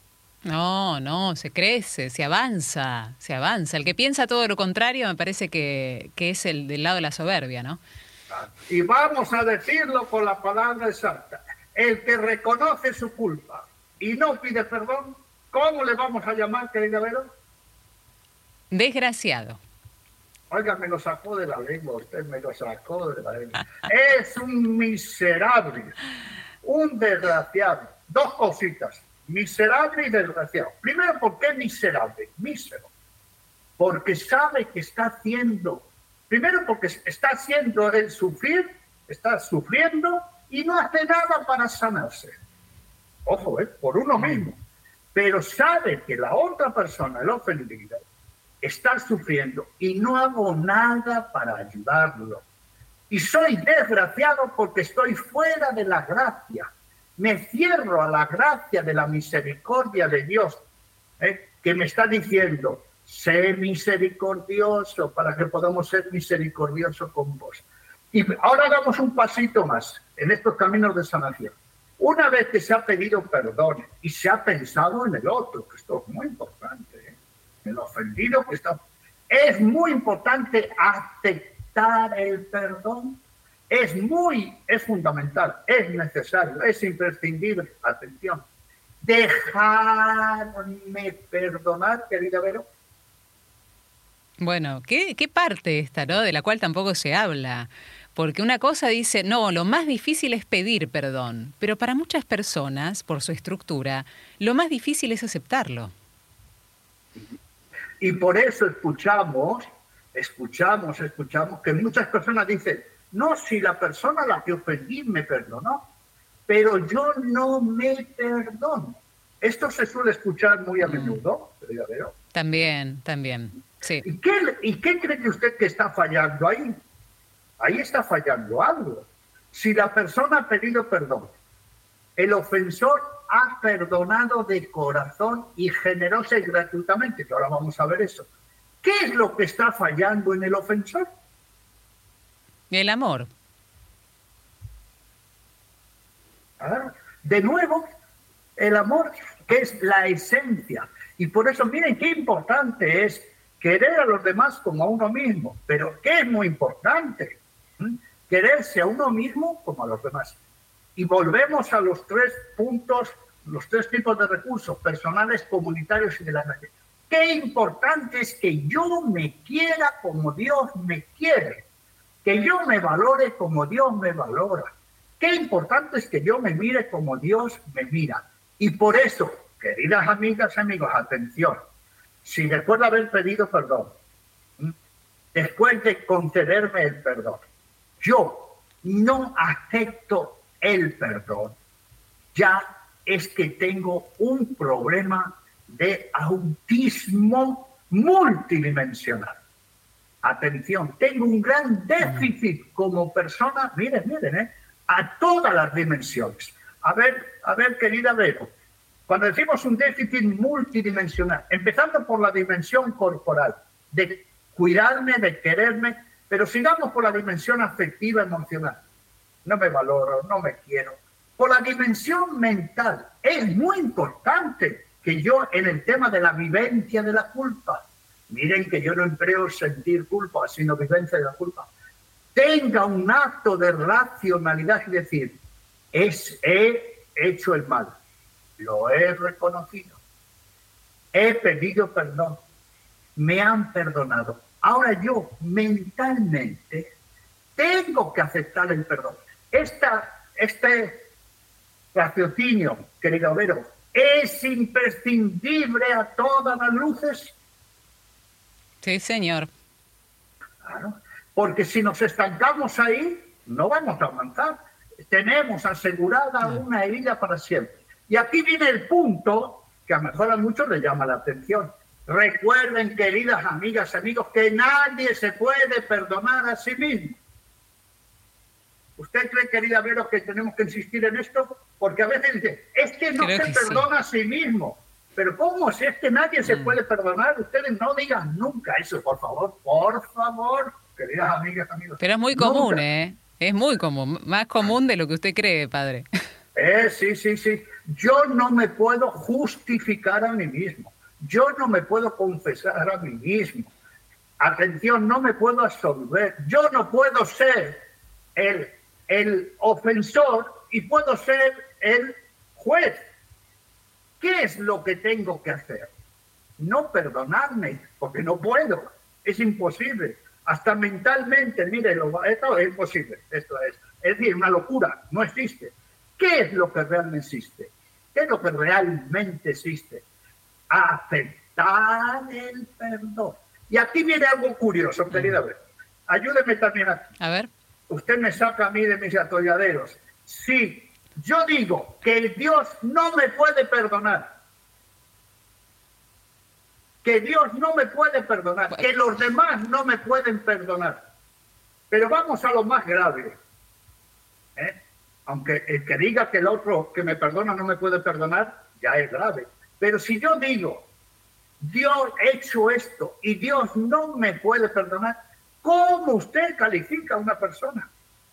No, no, se crece, se avanza, se avanza. El que piensa todo lo contrario me parece que, que es el del lado de la soberbia, ¿no? Y vamos a decirlo con la palabra exacta. El que reconoce su culpa y no pide perdón, ¿cómo le vamos a llamar, querida Vero? Desgraciado. Oiga, me lo sacó de la lengua, usted me lo sacó de la lengua. Es un miserable, un desgraciado. Dos cositas, miserable y desgraciado. Primero, ¿por qué miserable? Mísero. Porque sabe que está haciendo, primero porque está haciendo el sufrir, está sufriendo y no hace nada para sanarse. Ojo, ¿eh? Por uno mismo. Pero sabe que la otra persona, el ofendido, está sufriendo y no hago nada para ayudarlo. Y soy desgraciado porque estoy fuera de la gracia. Me cierro a la gracia de la misericordia de Dios, ¿eh? Que me está diciendo, sé misericordioso para que podamos ser misericordiosos con vos. Y ahora damos un pasito más en estos caminos de sanación. Una vez que se ha pedido perdón y se ha pensado en el otro, que esto es muy importante, ¿eh? El ofendido que está... Es muy importante aceptar el perdón. Es muy, es fundamental, es necesario, es imprescindible. Atención. Dejarme perdonar, querida Vero. Bueno, ¿qué, qué parte esta, ¿no? De la cual tampoco se habla. Porque una cosa dice, no, lo más difícil es pedir perdón. Pero para muchas personas, por su estructura, lo más difícil es aceptarlo. Y por eso escuchamos, escuchamos, escuchamos que muchas personas dicen, no, si la persona a la que ofendí me perdonó, pero yo no me perdono. Esto se suele escuchar muy a menudo. Mm. También, también, sí. ¿Y qué, ¿Y qué cree usted que está fallando ahí? Ahí está fallando algo. Si la persona ha pedido perdón, el ofensor ha perdonado de corazón y generosa y gratuitamente, que ahora vamos a ver eso. ¿Qué es lo que está fallando en el ofensor? El amor. Ah, de nuevo, el amor, que es la esencia. Y por eso, miren qué importante es querer a los demás como a uno mismo. Pero ¿qué es muy importante? ¿Mm? Quererse a uno mismo como a los demás. Y volvemos a los tres puntos, los tres tipos de recursos, personales, comunitarios y de la red. Qué importante es que yo me quiera como Dios me quiere, que yo me valore como Dios me valora. Qué importante es que yo me mire como Dios me mira. Y por eso, queridas amigas y amigos, atención, si después de haber pedido perdón, después de concederme el perdón, yo no acepto el perdón, ya es que tengo un problema de autismo multidimensional. Atención, tengo un gran déficit como persona, miren, miren, ¿eh? A todas las dimensiones. A ver, a ver, querida Vero, cuando decimos un déficit multidimensional, empezando por la dimensión corporal, de cuidarme, de quererme, pero sigamos por la dimensión afectiva, emocional. No me valoro, no me quiero. Por la dimensión mental, es muy importante que yo en el tema de la vivencia de la culpa, miren que yo no empleo sentir culpa, sino vivencia de la culpa, tenga un acto de racionalidad y decir, es, he hecho el mal, lo he reconocido, he pedido perdón, me han perdonado. Ahora yo mentalmente tengo que aceptar el perdón. Esta, este raciocinio, querido Vero, es imprescindible a todas las luces. Sí, señor. Claro, porque si nos estancamos ahí, no vamos a avanzar. Tenemos asegurada no. una herida para siempre. Y aquí viene el punto que a lo mejor a muchos les llama la atención. Recuerden, queridas amigas, amigos, que nadie se puede perdonar a sí mismo. ¿Usted cree, querida Vero, que tenemos que insistir en esto? Porque a veces dice, es que no Creo se que perdona sí. a sí mismo. Pero ¿cómo? Si es que nadie se mm. puede perdonar, ustedes no digan nunca eso, por favor, por favor, queridas amigas, amigos. Pero es muy común, nunca. ¿eh? Es muy común, más común de lo que usted cree, padre. Eh, sí, sí, sí. Yo no me puedo justificar a mí mismo. Yo no me puedo confesar a mí mismo. Atención, no me puedo absolver. Yo no puedo ser el, el ofensor y puedo ser el juez. ¿Qué es lo que tengo que hacer? No perdonarme, porque no puedo. Es imposible. Hasta mentalmente, mire, lo, esto es imposible. Esto es, es decir, una locura. No existe. ¿Qué es lo que realmente existe? ¿Qué es lo que realmente existe? Aceptar el perdón. Y aquí viene algo curioso, querida. Mm. Ayúdeme también aquí. A ver. Usted me saca a mí de mis atolladeros. Si yo digo que Dios no me puede perdonar, que Dios no me puede perdonar, bueno, que los demás no me pueden perdonar. Pero vamos a lo más grave. ¿Eh? Aunque el que diga que el otro que me perdona no me puede perdonar, ya es grave. Pero si yo digo, Dios ha hecho esto y Dios no me puede perdonar, ¿cómo usted califica a una persona?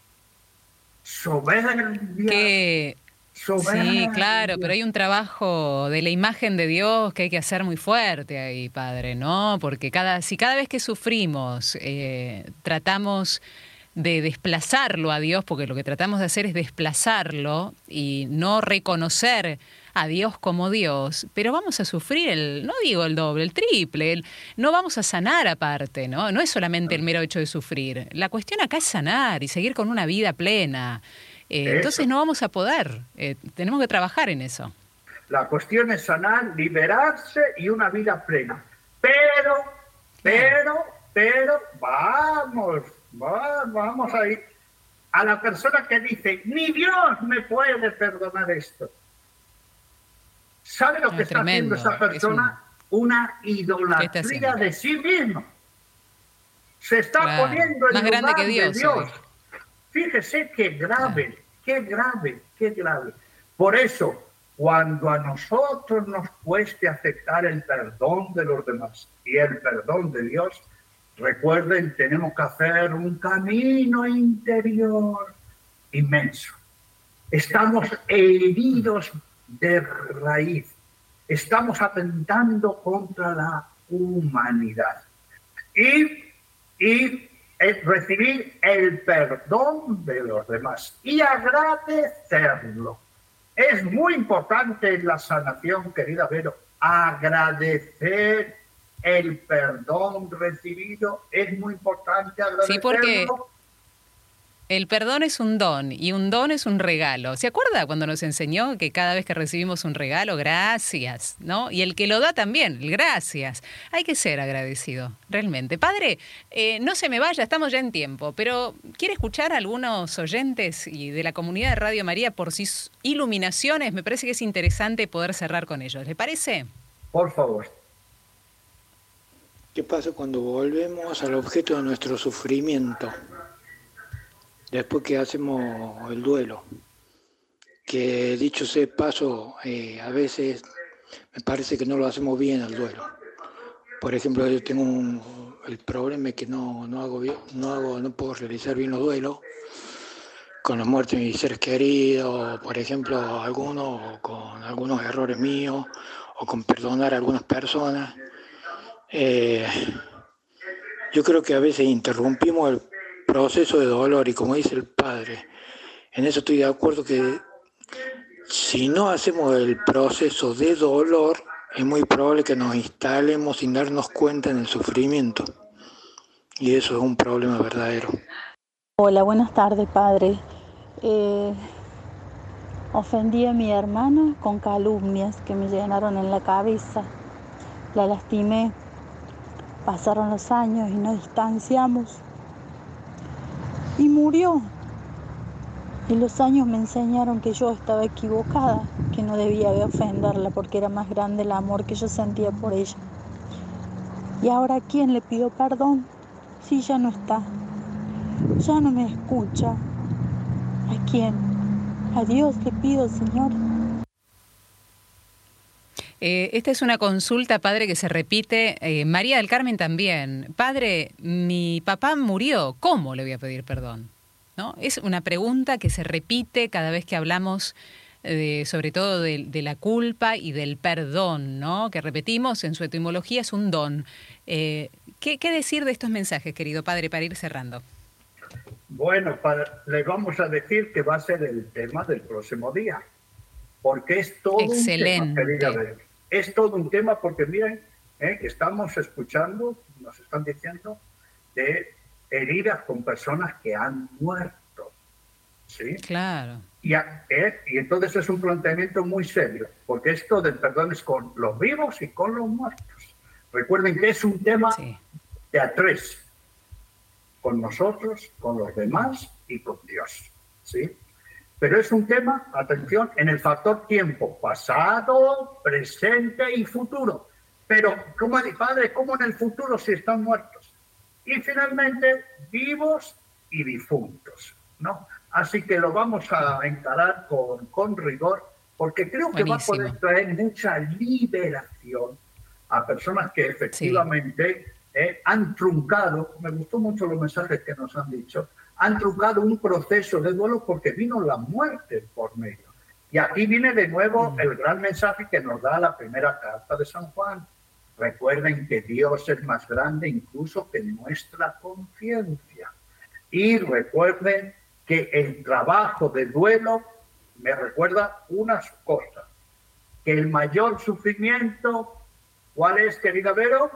Soberbia. Que... soberbia. Sí, claro, pero hay un trabajo de la imagen de Dios que hay que hacer muy fuerte ahí, padre, ¿no? Porque cada, si cada vez que sufrimos eh, tratamos de desplazarlo a Dios, porque lo que tratamos de hacer es desplazarlo y no reconocer a Dios como Dios, pero vamos a sufrir el, no digo el doble, el triple, el, no vamos a sanar aparte, ¿no? No es solamente el mero hecho de sufrir. La cuestión acá es sanar y seguir con una vida plena. Eh, entonces no vamos a poder. Eh, tenemos que trabajar en eso. La cuestión es sanar, liberarse y una vida plena. Pero, pero, pero, vamos, vamos, vamos a ir a la persona que dice, ni Dios me puede perdonar esto. ¿Sabe lo que es está tremendo. haciendo esa persona? Un... Una idolatría de sí mismo. Se está claro. poniendo en más lugar grande que Dios, de Dios. Fíjese qué grave, claro. qué grave, qué grave. Por eso, cuando a nosotros nos cueste aceptar el perdón de los demás y el perdón de Dios, recuerden, tenemos que hacer un camino interior inmenso. Estamos heridos de raíz. Estamos atentando contra la humanidad. Y, y el recibir el perdón de los demás y agradecerlo. Es muy importante en la sanación, querida Vero, agradecer el perdón recibido. Es muy importante agradecerlo. Sí, porque el perdón es un don y un don es un regalo. ¿Se acuerda cuando nos enseñó que cada vez que recibimos un regalo, gracias, ¿no? Y el que lo da también, el gracias. Hay que ser agradecido, realmente. Padre, eh, no se me vaya, estamos ya en tiempo, pero ¿quiere escuchar a algunos oyentes y de la comunidad de Radio María por sus iluminaciones? Me parece que es interesante poder cerrar con ellos. ¿Le parece? Por favor. ¿Qué pasa cuando volvemos al objeto de nuestro sufrimiento? Después que hacemos el duelo, que dicho sea de paso, eh, a veces me parece que no lo hacemos bien el duelo. Por ejemplo, yo tengo un, el problema es que no, no, hago bien, no, hago, no puedo realizar bien los duelos con la muerte de mis seres queridos, por ejemplo, algunos con algunos errores míos o con perdonar a algunas personas. Eh, yo creo que a veces interrumpimos el proceso de dolor y como dice el padre, en eso estoy de acuerdo que si no hacemos el proceso de dolor es muy probable que nos instalemos sin darnos cuenta en el sufrimiento y eso es un problema verdadero. Hola, buenas tardes, padre. Eh, ofendí a mi hermana con calumnias que me llenaron en la cabeza, la lastimé, pasaron los años y nos distanciamos. Y murió. Y los años me enseñaron que yo estaba equivocada, que no debía de ofenderla porque era más grande el amor que yo sentía por ella. Y ahora ¿a quién le pido perdón? Si ya no está, ya no me escucha. ¿A quién? A Dios le pido, Señor. Eh, esta es una consulta, padre, que se repite. Eh, María del Carmen también. Padre, mi papá murió. ¿Cómo le voy a pedir perdón? ¿No? Es una pregunta que se repite cada vez que hablamos de, sobre todo de, de la culpa y del perdón, ¿no? Que repetimos, en su etimología es un don. Eh, ¿qué, ¿Qué decir de estos mensajes, querido padre, para ir cerrando? Bueno, para, le vamos a decir que va a ser el tema del próximo día, porque es todo Excelente. un tema, querida Bel. Es todo un tema porque miren, eh, que estamos escuchando, nos están diciendo, de heridas con personas que han muerto, ¿sí? Claro. Y, a, eh, y entonces es un planteamiento muy serio, porque esto del perdón es con los vivos y con los muertos. Recuerden que es un tema Sí. de a tres, con nosotros, con los demás y con Dios, ¿sí? Pero es un tema, atención, en el factor tiempo, pasado, presente y futuro. Pero, ¿cómo, padre, cómo en el futuro si están muertos? Y finalmente, vivos y difuntos, ¿no? Así que lo vamos a encarar con, con rigor, porque creo que Buenísimo. va a poder traer mucha liberación a personas que efectivamente sí. eh, han truncado, me gustó mucho los mensajes que nos han dicho, han truncado un proceso de duelo porque vino la muerte por medio. Y aquí viene de nuevo mm. el gran mensaje que nos da la primera carta de San Juan. Recuerden que Dios es más grande incluso que nuestra conciencia. Y recuerden que el trabajo de duelo me recuerda unas cosas. Que el mayor sufrimiento, ¿cuál es, querida Vero?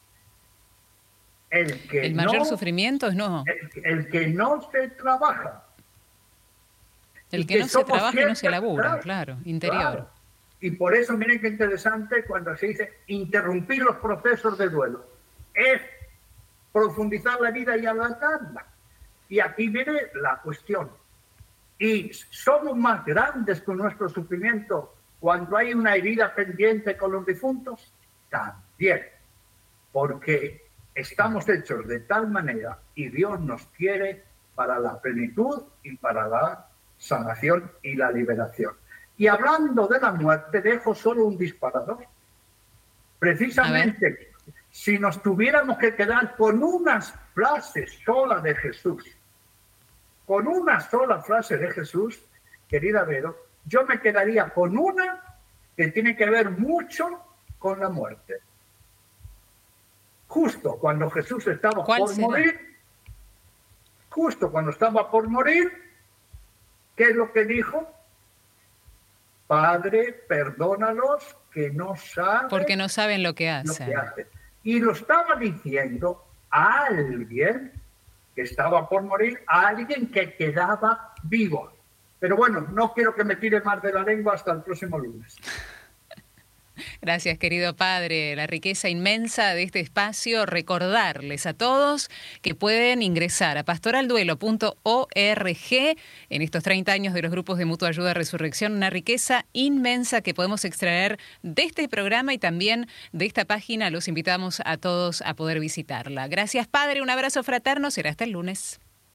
El, que el mayor no, sufrimiento es no. El, el que no se trabaja. El que, que no se trabaja y no se labura, claro, claro interior. Claro. Y por eso, miren qué interesante cuando se dice interrumpir los procesos de duelo. Es profundizar la vida y alargarla. Y aquí viene la cuestión. Y somos más grandes con nuestro sufrimiento cuando hay una herida pendiente con los difuntos. También. Porque estamos hechos de tal manera y Dios nos quiere para la plenitud y para la sanación y la liberación. Y hablando de la muerte, dejo solo un disparador. Precisamente, si nos tuviéramos que quedar con unas frases sola de Jesús, con una sola frase de Jesús, querida Vero, yo me quedaría con una que tiene que ver mucho con la muerte. Justo cuando Jesús estaba por será? morir, justo cuando estaba por morir, ¿qué es lo que dijo? Padre, perdónalos que no saben... Porque no saben lo que hacen. Lo que hacen. Y lo estaba diciendo a alguien que estaba por morir, a alguien que quedaba vivo. Pero bueno, no quiero que me tire más de la lengua hasta el próximo lunes. Gracias, querido padre. La riqueza inmensa de este espacio, recordarles a todos que pueden ingresar a pastoralduelo punto org en estos treinta años de los grupos de mutua ayuda Resurrección, una riqueza inmensa que podemos extraer de este programa y también de esta página. Los invitamos a todos a poder visitarla. Gracias, padre. Un abrazo fraterno. Será hasta el lunes.